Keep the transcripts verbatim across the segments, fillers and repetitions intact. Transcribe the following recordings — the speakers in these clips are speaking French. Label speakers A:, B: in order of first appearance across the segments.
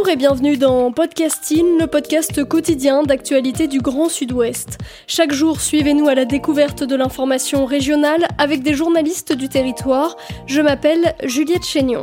A: Bonjour et bienvenue dans Podcasting, le podcast quotidien d'actualité du Grand Sud-Ouest. Chaque jour, suivez-nous à la découverte de l'information régionale avec des journalistes du territoire. Je m'appelle Juliette Chénion.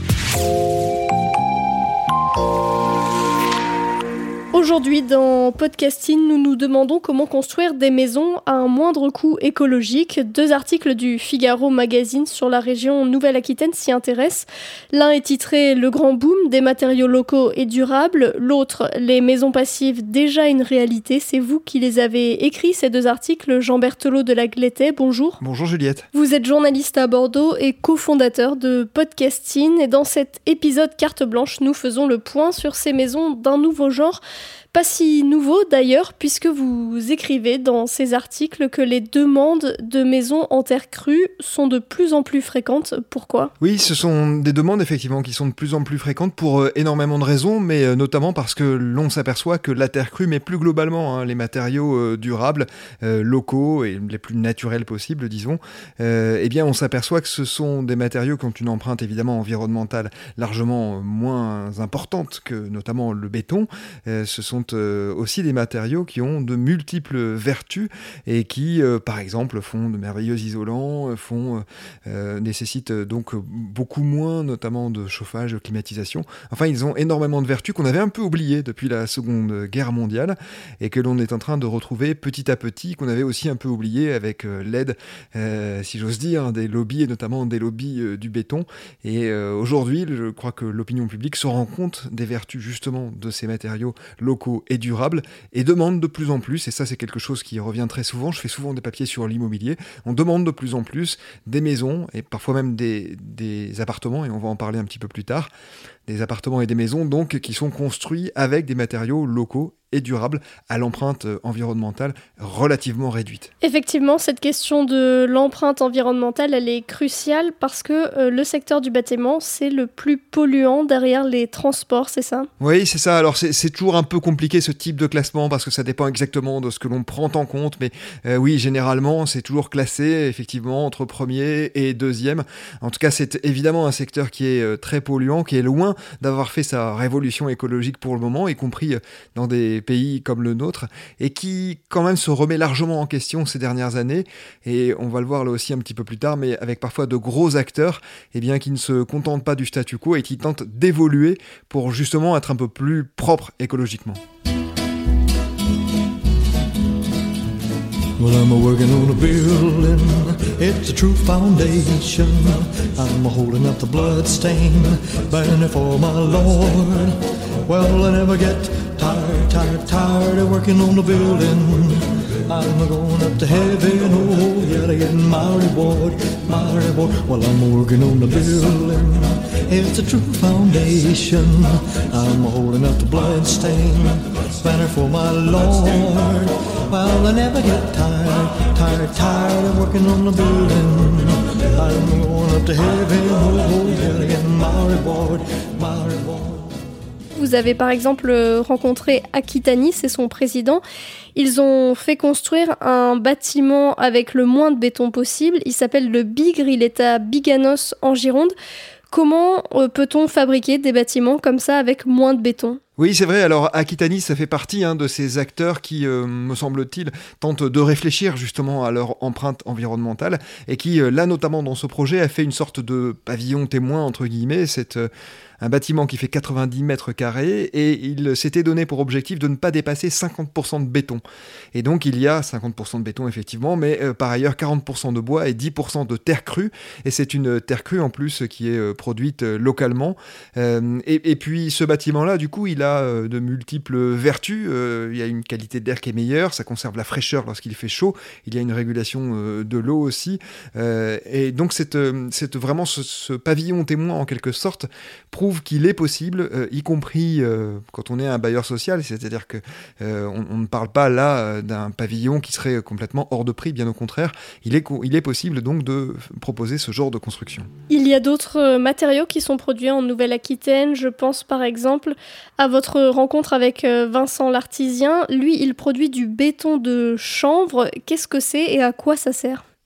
A: Aujourd'hui, dans Podcasting, nous nous demandons comment construire des maisons à un moindre coût écologique. Deux articles du Figaro Magazine sur la région Nouvelle-Aquitaine s'y intéressent. L'un est titré « Le grand boom des matériaux locaux et durables », l'autre « Les maisons passives, déjà une réalité ». C'est vous qui les avez écrits, ces deux articles. Jean Berthelot de la Glétais, bonjour.
B: Bonjour Juliette.
A: Vous êtes journaliste à Bordeaux et cofondateur de Podcasting. Et dans cet épisode carte blanche, nous faisons le point sur ces maisons d'un nouveau genre. Pas si nouveau d'ailleurs, puisque vous écrivez dans ces articles que les demandes de maisons en terre crue sont de plus en plus fréquentes. Pourquoi ?
B: Oui, ce sont des demandes effectivement qui sont de plus en plus fréquentes pour euh, énormément de raisons, mais euh, notamment parce que l'on s'aperçoit que la terre crue, mais plus globalement hein, les matériaux euh, durables, euh, locaux et les plus naturels possibles, disons, euh, eh bien on s'aperçoit que ce sont des matériaux qui ont une empreinte évidemment environnementale largement moins importante que notamment le béton. Euh, ce sont aussi des matériaux qui ont de multiples vertus et qui, euh, par exemple, font de merveilleux isolants, font, euh, nécessitent donc beaucoup moins, notamment de chauffage, de climatisation. Enfin, ils ont énormément de vertus qu'on avait un peu oubliées depuis la Seconde Guerre mondiale et que l'on est en train de retrouver petit à petit, qu'on avait aussi un peu oublié avec euh, l'aide, euh, si j'ose dire, des lobbies et notamment des lobbies euh, du béton. Et euh, aujourd'hui, je crois que l'opinion publique se rend compte des vertus justement de ces matériaux locaux et durable et demande de plus en plus, et ça c'est quelque chose qui revient très souvent, je fais souvent des papiers sur l'immobilier, on demande de plus en plus des maisons et parfois même des, des appartements, et on va en parler un petit peu plus tard, des appartements et des maisons donc qui sont construits avec des matériaux locaux et durables à l'empreinte environnementale relativement réduite.
A: Effectivement, cette question de l'empreinte environnementale, elle est cruciale parce que euh, le secteur du bâtiment, c'est le plus polluant derrière les transports, c'est ça ?
B: Oui, c'est ça. Alors, c'est, c'est toujours un peu compliqué ce type de classement parce que ça dépend exactement de ce que l'on prend en compte. Mais euh, oui, généralement, c'est toujours classé, effectivement, entre premier et deuxième. En tout cas, c'est évidemment un secteur qui est euh, très polluant, qui est loin d'avoir fait sa révolution écologique pour le moment, y compris euh, dans des pays comme le nôtre, et qui quand même se remet largement en question ces dernières années, et on va le voir là aussi un petit peu plus tard, mais avec parfois de gros acteurs eh bien, qui ne se contentent pas du statu quo et qui tentent d'évoluer pour justement être un peu plus propres écologiquement.
C: Well, I'm a-working on a building, it's a true foundation. I'm a-holding up the bloodstained banner for my Lord. Well, I never get tired, tired, tired of working on the building. I'm a-going up to heaven, oh, yeah, to get my reward, my reward. Well, I'm a-working on the building, it's a true foundation. I'm a-holding up the bloodstained banner for my Lord. Well, I never get tired, tired, tired of working on the building. I'm going up to heaven, oh, yeah, to get my reward, my reward.
A: Vous avez par exemple rencontré Aquitani, c'est son président. Ils ont fait construire un bâtiment avec le moins de béton possible. Il s'appelle le Bigre, il est à Biganos en Gironde. Comment euh, peut-on fabriquer des bâtiments comme ça avec moins de béton ?
B: Oui, c'est vrai. Alors, Aquitani, ça fait partie hein, de ces acteurs qui, euh, me semble-t-il, tentent de réfléchir justement à leur empreinte environnementale et qui, euh, là, notamment dans ce projet, a fait une sorte de pavillon témoin, entre guillemets. C'est euh, un bâtiment qui fait quatre-vingt-dix mètres carrés et il s'était donné pour objectif de ne pas dépasser cinquante pour cent de béton. Et donc, il y a cinquante pour cent de béton, effectivement, mais euh, par ailleurs, quarante pour cent de bois et dix pour cent de terre crue. Et c'est une terre crue, en plus, qui est euh, produite euh, localement. Euh, et, et puis, ce bâtiment-là, du coup, il a de multiples vertus. Euh, il y a une qualité d'air qui est meilleure, ça conserve la fraîcheur lorsqu'il fait chaud, il y a une régulation euh, de l'eau aussi. Euh, et donc, c'est, c'est vraiment ce, ce pavillon témoin, en quelque sorte, prouve qu'il est possible, euh, y compris euh, quand on est un bailleur social, c'est-à-dire qu'on euh, on ne parle pas là d'un pavillon qui serait complètement hors de prix, bien au contraire. Il est, il est possible donc de proposer ce genre de construction.
A: Il y a d'autres matériaux qui sont produits en Nouvelle-Aquitaine. Je pense par exemple à votre rencontre avec Vincent Lartisien. Lui, il produit du béton de chanvre. Qu'est-ce que c'est et à quoi ça sert ?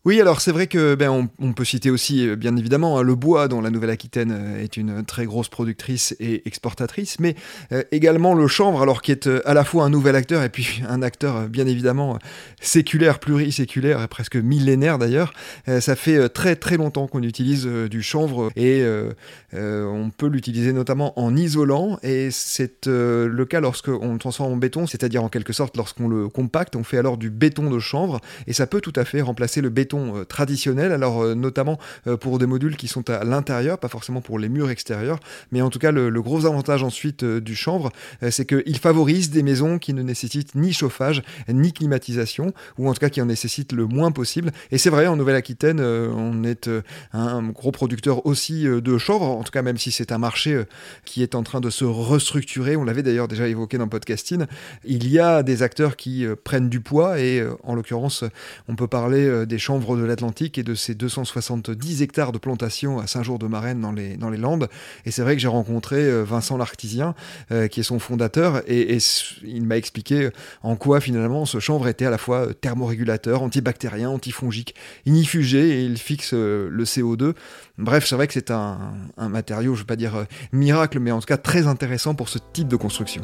B: Oui, alors c'est vrai que ben, on, on peut citer aussi, euh, bien évidemment, hein, le bois, dont la Nouvelle-Aquitaine euh, est une très grosse productrice et exportatrice, mais euh, également le chanvre, alors qui est euh, à la fois un nouvel acteur et puis un acteur euh, bien évidemment euh, séculaire, pluriséculaire et presque millénaire d'ailleurs. Euh, ça fait euh, très très longtemps qu'on utilise euh, du chanvre et euh, euh, on peut l'utiliser notamment en isolant, et c'est euh, le cas lorsqu'on le transforme en béton, c'est-à-dire en quelque sorte lorsqu'on le compacte, on fait alors du béton de chanvre, et ça peut tout à fait remplacer le béton Euh, traditionnel, alors euh, notamment euh, pour des modules qui sont à l'intérieur, pas forcément pour les murs extérieurs, mais en tout cas le, le gros avantage ensuite euh, du chanvre, euh, c'est qu'il favorise des maisons qui ne nécessitent ni chauffage, ni climatisation, ou en tout cas qui en nécessitent le moins possible. Et c'est vrai, en Nouvelle-Aquitaine, euh, on est euh, un gros producteur aussi euh, de chanvre, en tout cas même si c'est un marché euh, qui est en train de se restructurer, on l'avait d'ailleurs déjà évoqué dans Podcasting, il y a des acteurs qui euh, prennent du poids, et euh, en l'occurrence, on peut parler euh, des chanvres de l'Atlantique et de ces deux cent soixante-dix hectares de plantation à Saint-Jour-de-Marennes dans les, dans les Landes. Et c'est vrai que j'ai rencontré euh, Vincent L'Artisien, euh, qui est son fondateur, et, et il m'a expliqué en quoi finalement ce chanvre était à la fois thermorégulateur, antibactérien, antifongique, ignifugé, et il fixe euh, le C O deux. Bref, c'est vrai que c'est un, un matériau, je ne veux pas dire euh, miracle, mais en tout cas très intéressant pour ce type de construction.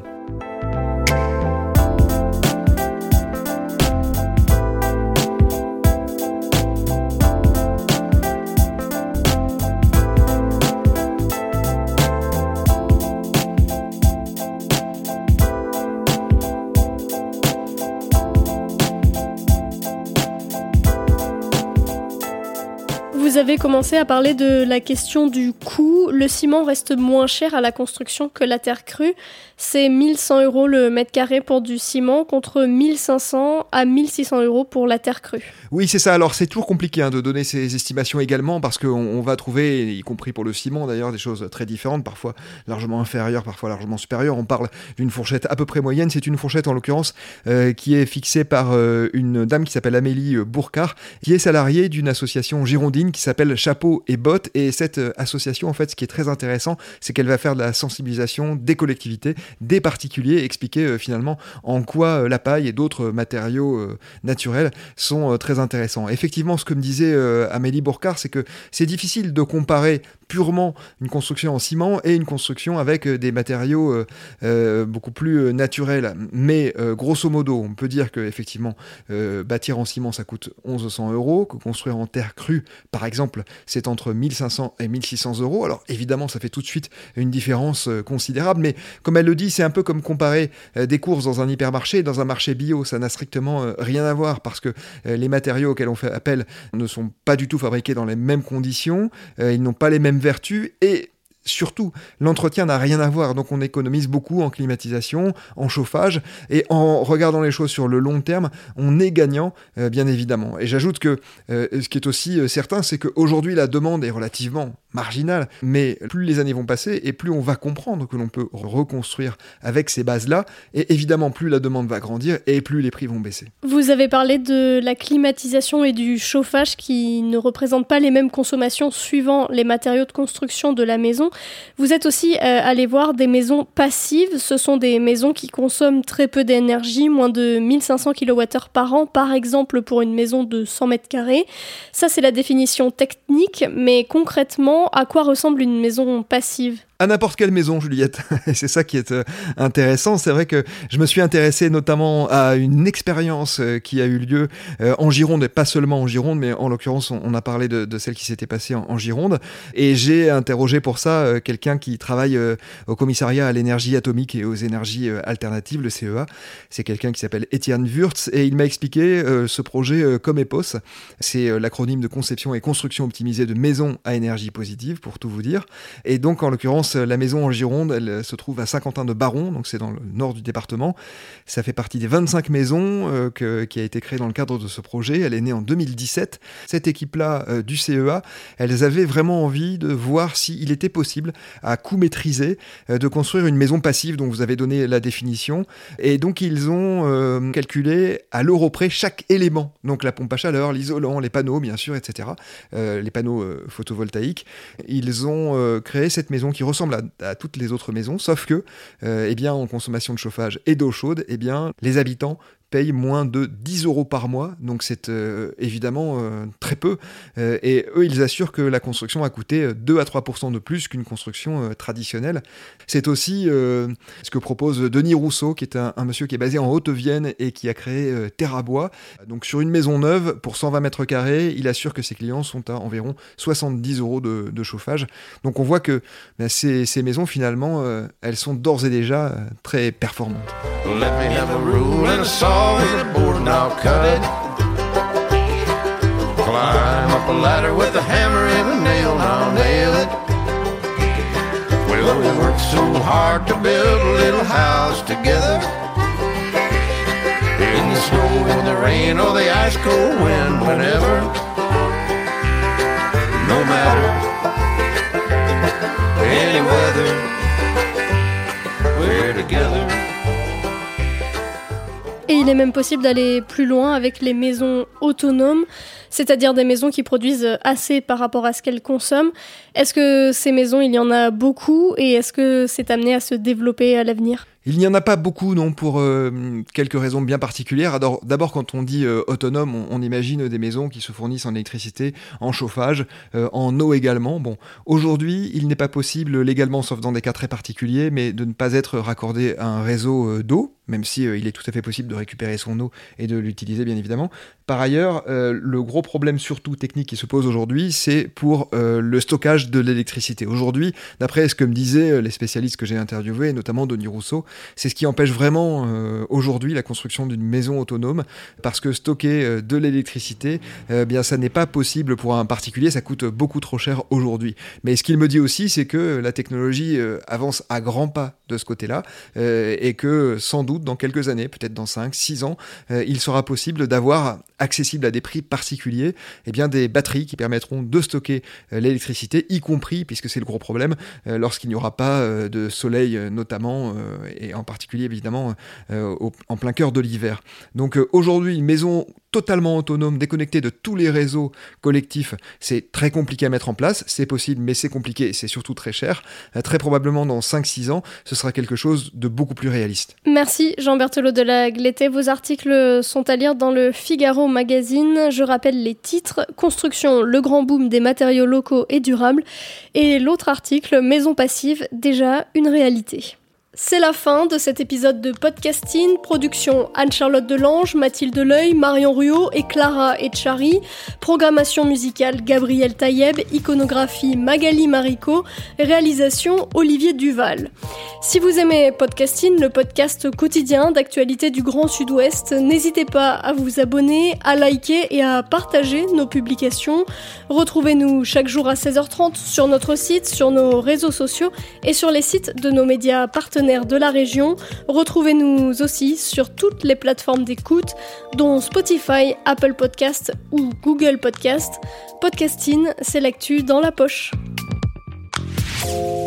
A: Vous avez commencé à parler de la question du coût. Le ciment reste moins cher à la construction que la terre crue. C'est mille cent euros le mètre carré pour du ciment contre mille cinq cents à mille six cents euros pour la terre crue.
B: Oui, c'est ça. Alors, c'est toujours compliqué hein, de donner ces estimations également, parce qu'on on va trouver, y compris pour le ciment d'ailleurs, des choses très différentes, parfois largement inférieures, parfois largement supérieures. On parle d'une fourchette à peu près moyenne. C'est une fourchette, en l'occurrence, euh, qui est fixée par euh, une dame qui s'appelle Amélie Bourcard, qui est salariée d'une association girondine qui s'appelle Chapeau et Bottes. Et cette euh, association, en fait, ce qui est très intéressant, c'est qu'elle va faire de la sensibilisation des collectivités, des particuliers, expliquer euh, finalement en quoi euh, la paille et d'autres matériaux euh, naturels sont euh, très intéressants. Effectivement, ce que me disait euh, Amélie Bourcard, c'est que c'est difficile de comparer purement une construction en ciment et une construction avec euh, des matériaux euh, euh, beaucoup plus euh, naturels. Mais euh, grosso modo, on peut dire que effectivement, euh, bâtir en ciment, ça coûte mille cent euros, que construire en terre crue, par exemple, c'est entre mille cinq cents et mille six cents euros. Alors évidemment, ça fait tout de suite une différence euh, considérable, mais comme elle le dit, c'est un peu comme comparer euh, des courses dans un hypermarché et dans un marché bio. Ça n'a strictement euh, rien à voir, parce que euh, les matériaux auxquels on fait appel ne sont pas du tout fabriqués dans les mêmes conditions, euh, ils n'ont pas les mêmes vertus, et surtout, l'entretien n'a rien à voir, donc on économise beaucoup en climatisation, en chauffage, et en regardant les choses sur le long terme, on est gagnant, euh, bien évidemment. Et j'ajoute que euh, ce qui est aussi euh, certain, c'est qu'aujourd'hui la demande est relativement marginale, mais plus les années vont passer, et plus on va comprendre que l'on peut reconstruire avec ces bases-là, et évidemment plus la demande va grandir, et plus les prix vont baisser.
A: Vous avez parlé de la climatisation et du chauffage qui ne représentent pas les mêmes consommations suivant les matériaux de construction de la maison. Vous êtes aussi euh, allé voir des maisons passives. Ce sont des maisons qui consomment très peu d'énergie, moins de mille cinq cents kilowattheures par an, par exemple pour une maison de cent mètres carrés. Ça, c'est la définition technique, mais concrètement, à quoi ressemble une maison passive ?
B: À n'importe quelle maison, Juliette. Et c'est ça qui est euh, intéressant. C'est vrai que je me suis intéressé notamment à une expérience euh, qui a eu lieu euh, en Gironde, et pas seulement en Gironde, mais en l'occurrence, on, on a parlé de, de celle qui s'était passée en, en Gironde. Et j'ai interrogé pour ça euh, quelqu'un qui travaille euh, au commissariat à l'énergie atomique et aux énergies euh, alternatives, le C E A. C'est quelqu'un qui s'appelle Étienne Wurtz, et il m'a expliqué euh, ce projet euh, comme E P O S. C'est euh, l'acronyme de conception et construction optimisée de maisons à énergie positive, pour tout vous dire. Et donc, en l'occurrence, la maison en Gironde, elle se trouve à Saint-Quentin-de-Baron, donc c'est dans le nord du département. Ça fait partie des vingt-cinq maisons euh, que, qui a été créée dans le cadre de ce projet. Elle est née en deux mille dix-sept. Cette équipe-là euh, du C E A, elles avaient vraiment envie de voir s'il était possible, à coût maîtrisé, euh, de construire une maison passive dont vous avez donné la définition. Et donc ils ont euh, calculé à l'euro près chaque élément. Donc la pompe à chaleur, l'isolant, les panneaux bien sûr, et cetera. Euh, les panneaux euh, photovoltaïques. Ils ont euh, créé cette maison qui ressemble à, à toutes les autres maisons, sauf que, euh, eh bien, en consommation de chauffage et d'eau chaude, eh bien, les habitants payent moins de dix euros par mois, donc c'est euh, évidemment euh, très peu. Euh, et eux, ils assurent que la construction a coûté deux à trois pour cent de plus qu'une construction euh, traditionnelle. C'est aussi euh, ce que propose Denis Rousseau, qui est un, un monsieur qui est basé en Haute-Vienne et qui a créé euh, Terrabois. Donc sur une maison neuve, pour cent vingt mètres carrés, il assure que ses clients sont à environ soixante-dix euros de, de chauffage. Donc on voit que ben, ces, ces maisons, finalement, euh, elles sont d'ores et déjà euh, très performantes.
D: Let me have a rule and a saw with a board and I'll cut it. Climb up a ladder with a hammer and a nail and I'll nail it. Well, we worked so hard to build a little house together. In the snow, in the rain, or the ice cold wind, whenever. No matter any weather, we're together.
A: Et il est même possible d'aller plus loin avec les maisons autonomes, c'est-à-dire des maisons qui produisent assez par rapport à ce qu'elles consomment. Est-ce que ces maisons, il y en a beaucoup et est-ce que c'est amené à se développer à l'avenir ?
B: Il n'y en a pas beaucoup, non, pour euh, quelques raisons bien particulières. Alors, d'abord, quand on dit euh, autonome, on, on imagine des maisons qui se fournissent en électricité, en chauffage, euh, en eau également. Bon, aujourd'hui, il n'est pas possible légalement, sauf dans des cas très particuliers, mais de ne pas être raccordé à un réseau euh, d'eau, même si euh, il est tout à fait possible de récupérer son eau et de l'utiliser, bien évidemment. Par ailleurs, euh, le gros problème surtout technique qui se pose aujourd'hui, c'est pour euh, le stockage de l'électricité. Aujourd'hui, d'après ce que me disaient les spécialistes que j'ai interviewés, notamment Denis Rousseau, c'est ce qui empêche vraiment euh, aujourd'hui la construction d'une maison autonome, parce que stocker euh, de l'électricité, euh, bien ça n'est pas possible pour un particulier, ça coûte beaucoup trop cher aujourd'hui. Mais ce qu'il me dit aussi, c'est que la technologie euh, avance à grands pas de ce côté-là, euh, et que sans doute dans quelques années, peut-être dans cinq, six ans, euh, il sera possible d'avoir accessible à des prix particuliers, eh bien des batteries qui permettront de stocker euh, l'électricité, y compris, puisque c'est le gros problème, euh, lorsqu'il n'y aura pas euh, de soleil euh, notamment, euh, et en particulier évidemment euh, au, en plein cœur de l'hiver. Donc euh, aujourd'hui, une maison totalement autonome, déconnectée de tous les réseaux collectifs, c'est très compliqué à mettre en place, c'est possible mais c'est compliqué et c'est surtout très cher. Euh, très probablement dans cinq six ans, ce sera quelque chose de beaucoup plus réaliste.
A: Merci Jean Berthelot de la Glété. Vos articles sont à lire dans le Figaro Magazine. Je rappelle les titres: Construction, le grand boom des matériaux locaux et durables, et l'autre article, Maison passive, déjà une réalité. C'est la fin de cet épisode de Podcasting. Production Anne-Charlotte Delange, Mathilde Leuil, Marion Ruot et Clara Etchari. Programmation musicale Gabriel Taïeb. Iconographie Magali Marico. Réalisation Olivier Duval. Si vous aimez Podcasting, le podcast quotidien d'actualité du Grand Sud-Ouest, n'hésitez pas à vous abonner, à liker et à partager nos publications. Retrouvez-nous chaque jour à seize heures trente sur notre site, sur nos réseaux sociaux et sur les sites de nos médias partenaires de la région. Retrouvez-nous aussi sur toutes les plateformes d'écoute, dont Spotify, Apple Podcast ou Google Podcast. Podcasting, c'est l'actu dans la poche.